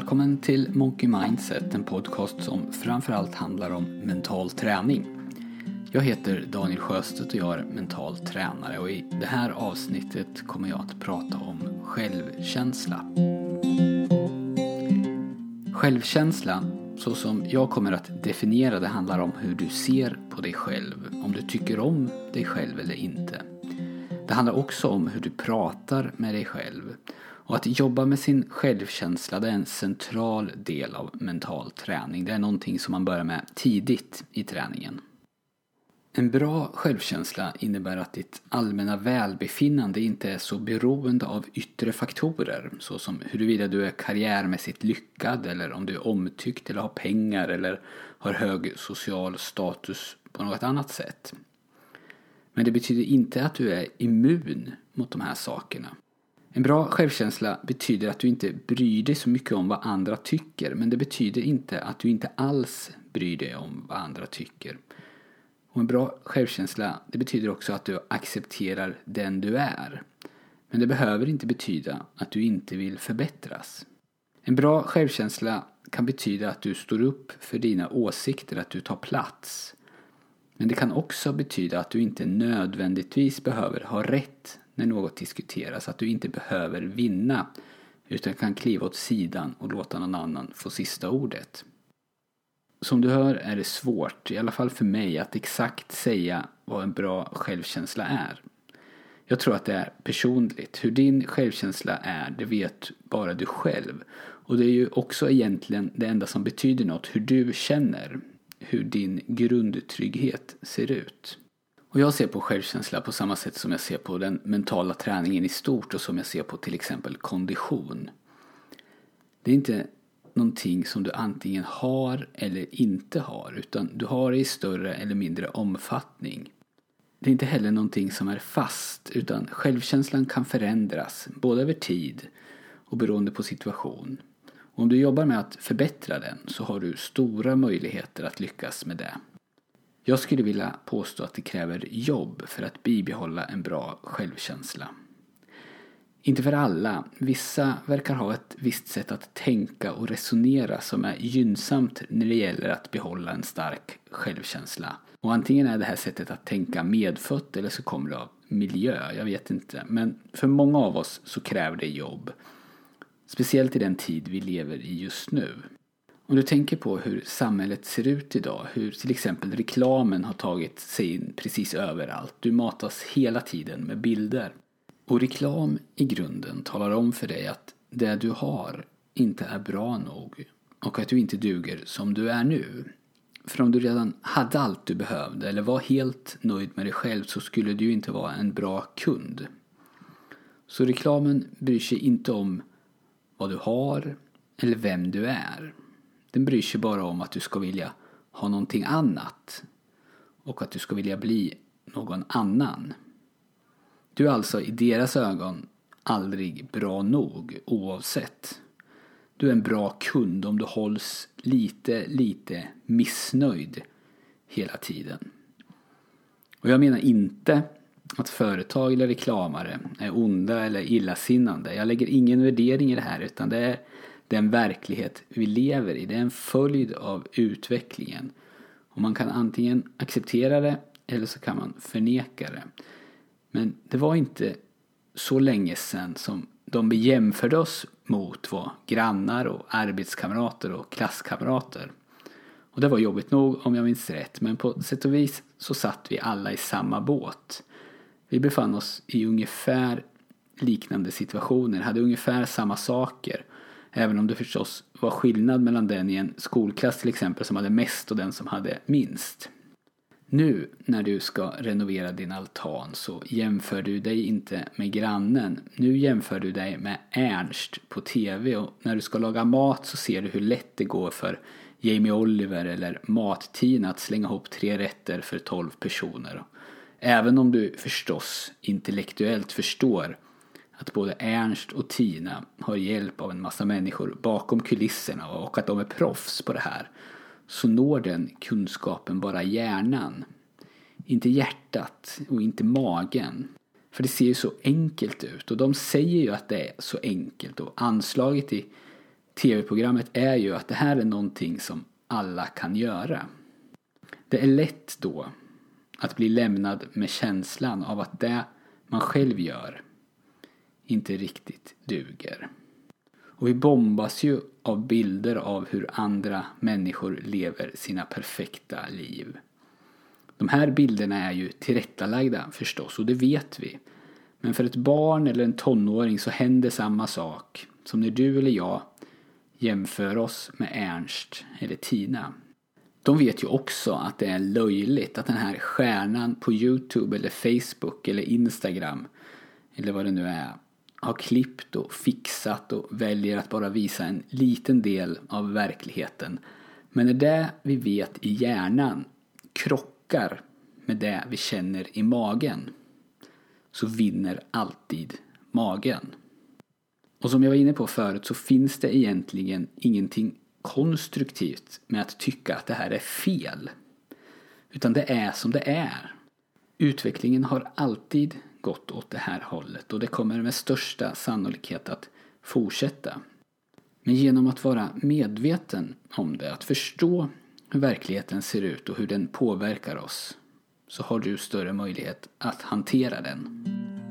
Välkommen till Monkey Mindset, en podcast som framförallt handlar om mental träning. Jag heter Daniel Sjöstedt och jag är mental tränare, och i det här avsnittet kommer jag att prata om självkänsla. Självkänsla, så som jag kommer att definiera det, handlar om hur du ser på dig själv, om du tycker om dig själv eller inte. Det handlar också om hur du pratar med dig själv. Och att jobba med sin självkänsla, det är en central del av mental träning. Det är någonting som man börjar med tidigt i träningen. En bra självkänsla innebär att ditt allmänna välbefinnande inte är så beroende av yttre faktorer, såsom huruvida du är karriärmässigt lyckad eller om du är omtyckt eller har pengar eller har hög social status på något annat sätt. Men det betyder inte att du är immun mot de här sakerna. En bra självkänsla betyder att du inte bryr dig så mycket om vad andra tycker, men det betyder inte att du inte alls bryr dig om vad andra tycker. Och en bra självkänsla, det betyder också att du accepterar den du är. Men det behöver inte betyda att du inte vill förbättras. En bra självkänsla kan betyda att du står upp för dina åsikter, att du tar plats. Men det kan också betyda att du inte nödvändigtvis behöver ha rätt när något diskuteras, att du inte behöver vinna utan kan kliva åt sidan och låta någon annan få sista ordet. Som du hör är det svårt, i alla fall för mig, att exakt säga vad en bra självkänsla är. Jag tror att det är personligt. Hur din självkänsla är, det vet bara du själv. Och det är ju också egentligen det enda som betyder något, hur du känner, hur din grundtrygghet ser ut. Och jag ser på självkänsla på samma sätt som jag ser på den mentala träningen i stort och som jag ser på till exempel kondition. Det är inte någonting som du antingen har eller inte har, utan du har det i större eller mindre omfattning. Det är inte heller någonting som är fast, utan självkänslan kan förändras både över tid och beroende på situation. Och om du jobbar med att förbättra den så har du stora möjligheter att lyckas med det. Jag skulle vilja påstå att det kräver jobb för att bibehålla en bra självkänsla. Inte för alla. Vissa verkar ha ett visst sätt att tänka och resonera som är gynnsamt när det gäller att behålla en stark självkänsla. Och antingen är det här sättet att tänka medfött eller så kommer det av miljö, jag vet inte. Men för många av oss så kräver det jobb. Speciellt i den tid vi lever i just nu. Om du tänker på hur samhället ser ut idag, hur till exempel reklamen har tagit sig in precis överallt. Du matas hela tiden med bilder. Och reklam i grunden talar om för dig att det du har inte är bra nog och att du inte duger som du är nu. För om du redan hade allt du behövde eller var helt nöjd med dig själv så skulle du ju inte vara en bra kund. Så reklamen bryr sig inte om vad du har eller vem du är. Den bryr sig bara om att du ska vilja ha någonting annat och att du ska vilja bli någon annan. Du är alltså i deras ögon aldrig bra nog oavsett. Du är en bra kund om du hålls lite missnöjd hela tiden. Och jag menar inte att företag eller reklamare är onda eller illasinnande. Jag lägger ingen värdering i det här, utan det är den verklighet vi lever i. Det är en följd av utvecklingen. Och man kan antingen acceptera det eller så kan man förneka det. Men det var inte så länge sedan som de vi jämförde oss mot var grannar och arbetskamrater och klasskamrater. Och det var jobbigt nog om jag minns rätt, men på sätt och vis så satt vi alla i samma båt. Vi befann oss i ungefär liknande situationer, hade ungefär samma saker. Även om det förstås var skillnad mellan den i en skolklass till exempel som hade mest och den som hade minst. Nu när du ska renovera din altan så jämför du dig inte med grannen. Nu jämför du dig med Ernst på tv, och när du ska laga mat så ser du hur lätt det går för Jamie Oliver eller Mat-Tina att slänga ihop 3 rätter för 12 personer. Även om du förstås intellektuellt förstår att både Ernst och Tina har hjälp av en massa människor bakom kulisserna och att de är proffs på det här, så når den kunskapen bara hjärnan, inte hjärtat och inte magen. För det ser ju så enkelt ut, och de säger ju att det är så enkelt, och anslaget i tv-programmet är ju att det här är någonting som alla kan göra. Det är lätt då att bli lämnad med känslan av att det man själv gör inte riktigt duger. Och vi bombas ju av bilder av hur andra människor lever sina perfekta liv. De här bilderna är ju tillrättalagda förstås, och det vet vi. Men för ett barn eller en tonåring så händer samma sak som när du eller jag jämför oss med Ernst eller Tina. De vet ju också att det är löjligt att den här stjärnan på YouTube eller Facebook eller Instagram eller vad det nu är har klippt och fixat och väljer att bara visa en liten del av verkligheten. Men när det vi vet i hjärnan krockar med det vi känner i magen så vinner alltid magen. Och som jag var inne på förut så finns det egentligen ingenting konstruktivt med att tycka att det här är fel. Utan det är som det är. Utvecklingen har alltid gått åt det här hållet och det kommer med största sannolikhet att fortsätta. Men genom att vara medveten om det, att förstå hur verkligheten ser ut och hur den påverkar oss, så har du större möjlighet att hantera den.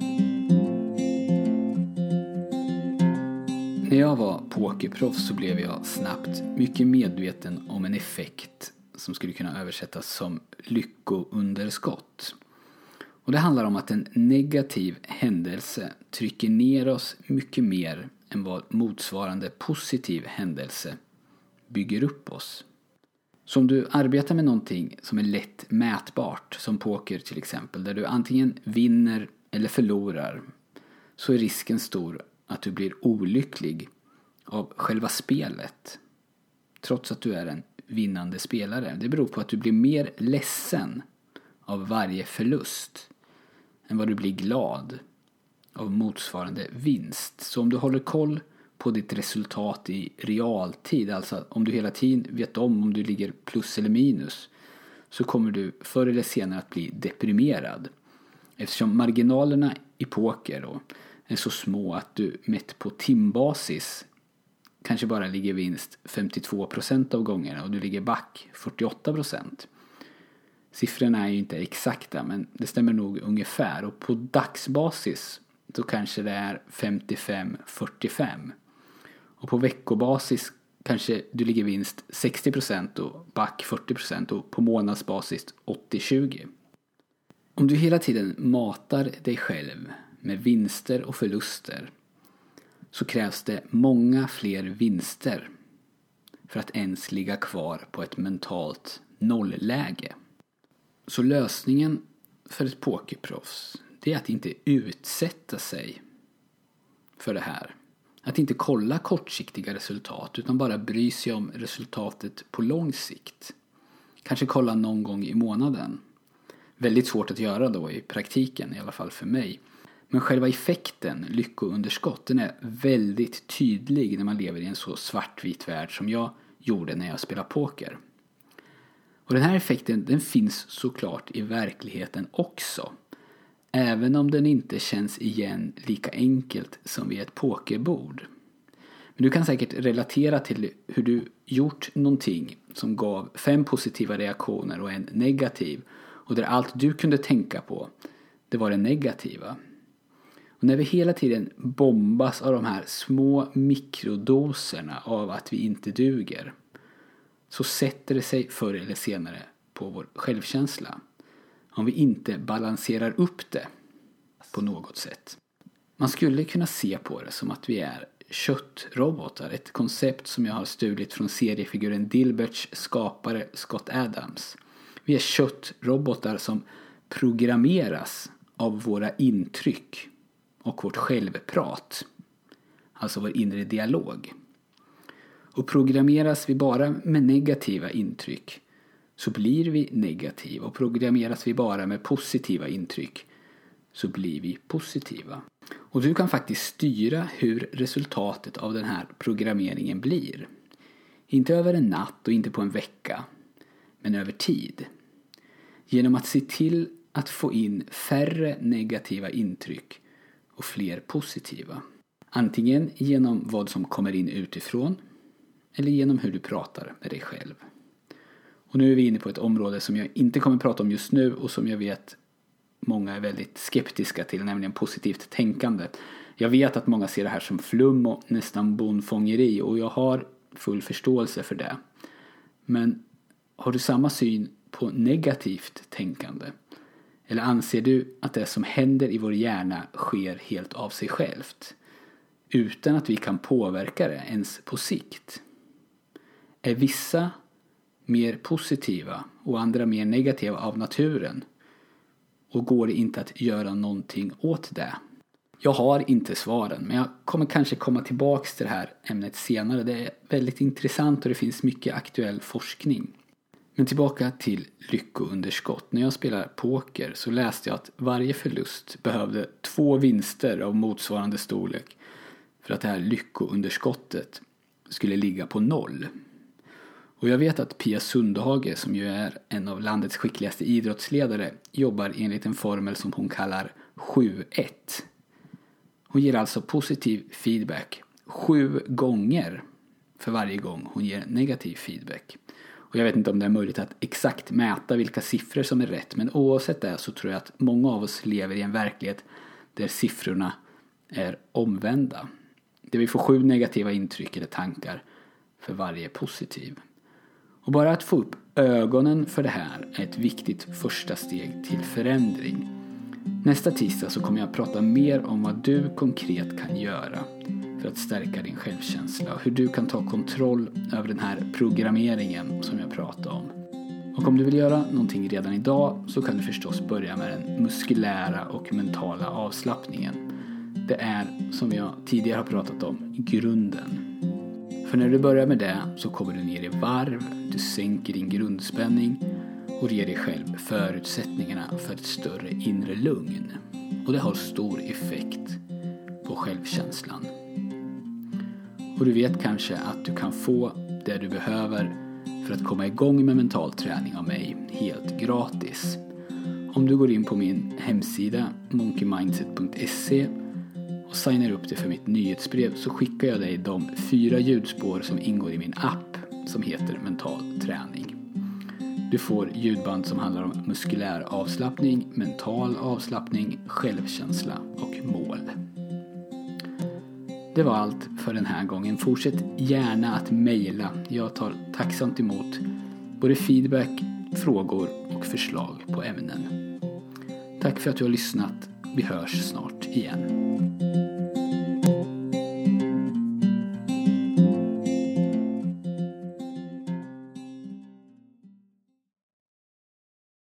När jag var pokerproffs så blev jag snabbt mycket medveten om en effekt som skulle kunna översättas som lyckounderskott. Och det handlar om att en negativ händelse trycker ner oss mycket mer än vad motsvarande positiv händelse bygger upp oss. Så om du arbetar med någonting som är lätt mätbart, som poker till exempel, där du antingen vinner eller förlorar, så är risken stor att du blir olycklig av själva spelet, trots att du är en vinnande spelare. Det beror på att du blir mer ledsen av varje förlust än vad du blir glad av motsvarande vinst. Så om du håller koll på ditt resultat i realtid, alltså om du hela tiden vet om du ligger plus eller minus, så kommer du förr eller senare att bli deprimerad. Eftersom marginalerna i poker då är så små att du mätt på timbasis kanske bara ligger vinst 52% av gångerna och du ligger back 48%. Siffrorna är ju inte exakta, men det stämmer nog ungefär. Och på dagsbasis så kanske det är 55-45. Och på veckobasis kanske du ligger vinst 60% och back 40% och på månadsbasis 80-20. Om du hela tiden matar dig själv med vinster och förluster så krävs det många fler vinster för att ens ligga kvar på ett mentalt nollläge. Så lösningen för ett pokerproffs, det är att inte utsätta sig för det här. Att inte kolla kortsiktiga resultat utan bara bry sig om resultatet på lång sikt. Kanske kolla någon gång i månaden. Väldigt svårt att göra då i praktiken, i alla fall för mig. Men själva effekten, lyckounderskott, den är väldigt tydlig när man lever i en så svartvit värld som jag gjorde när jag spelade poker. Och den här effekten, den finns såklart i verkligheten också. Även om den inte känns igen lika enkelt som vid ett pokerbord. Men du kan säkert relatera till hur du gjort någonting som gav 5 positiva reaktioner och en negativ. Och där allt du kunde tänka på, det var det negativa. Och när vi hela tiden bombas av de här små mikrodoserna av att vi inte duger, så sätter det sig förr eller senare på vår självkänsla. Om vi inte balanserar upp det på något sätt. Man skulle kunna se på det som att vi är köttrobotar. Ett koncept som jag har studerat från seriefiguren Dilberts skapare Scott Adams. Vi är köttrobotar som programmeras av våra intryck och vårt självprat. Alltså vår inre dialog. Och programmeras vi bara med negativa intryck så blir vi negativa. Och programmeras vi bara med positiva intryck så blir vi positiva. Och du kan faktiskt styra hur resultatet av den här programmeringen blir. Inte över en natt och inte på en vecka, men över tid. Genom att se till att få in färre negativa intryck och fler positiva. Antingen genom vad som kommer in utifrån, eller genom hur du pratar med dig själv. Och nu är vi inne på ett område som jag inte kommer prata om just nu och som jag vet många är väldigt skeptiska till, nämligen positivt tänkande. Jag vet att många ser det här som flum och nästan bondfångeri, och jag har full förståelse för det. Men har du samma syn på negativt tänkande? Eller anser du att det som händer i vår hjärna sker helt av sig självt, utan att vi kan påverka det ens på sikt? Är vissa mer positiva och andra mer negativa av naturen? Och går det inte att göra någonting åt det? Jag har inte svaren, men jag kommer kanske komma tillbaka till det här ämnet senare. Det är väldigt intressant och det finns mycket aktuell forskning. Men tillbaka till lyckounderskott. När jag spelar poker så läste jag att varje förlust behövde 2 vinster av motsvarande storlek för att det här lyckounderskottet skulle ligga på 0. Och jag vet att Pia Sundhage, som ju är en av landets skickligaste idrottsledare, jobbar enligt en formel som hon kallar 7-1. Hon ger alltså positiv feedback 7 gånger för varje gång hon ger negativ feedback. Och jag vet inte om det är möjligt att exakt mäta vilka siffror som är rätt, men oavsett det så tror jag att många av oss lever i en verklighet där siffrorna är omvända. Där vi får 7 negativa intryck eller tankar för varje positiv. Och bara att få upp ögonen för det här är ett viktigt första steg till förändring. Nästa tisdag så kommer jag att prata mer om vad du konkret kan göra för att stärka din självkänsla och hur du kan ta kontroll över den här programmeringen som jag pratade om. Och om du vill göra någonting redan idag så kan du förstås börja med den muskulära och mentala avslappningen. Det är, som jag tidigare har pratat om, grunden. För när du börjar med det så kommer du ner i varv, du sänker din grundspänning och ger dig själv förutsättningarna för ett större inre lugn. Och det har stor effekt på självkänslan. Och du vet kanske att du kan få det du behöver för att komma igång med mental träning av mig helt gratis. Om du går in på min hemsida monkeymindset.se och signar upp dig för mitt nyhetsbrev så skickar jag dig de 4 ljudspår som ingår i min app som heter mental träning. Du får ljudband som handlar om muskulär avslappning, mental avslappning, självkänsla och mål. Det var allt för den här gången. Fortsätt gärna att mejla. Jag tar tacksamt emot både feedback, frågor och förslag på ämnen. Tack för att du har lyssnat. Vi hörs snart igen.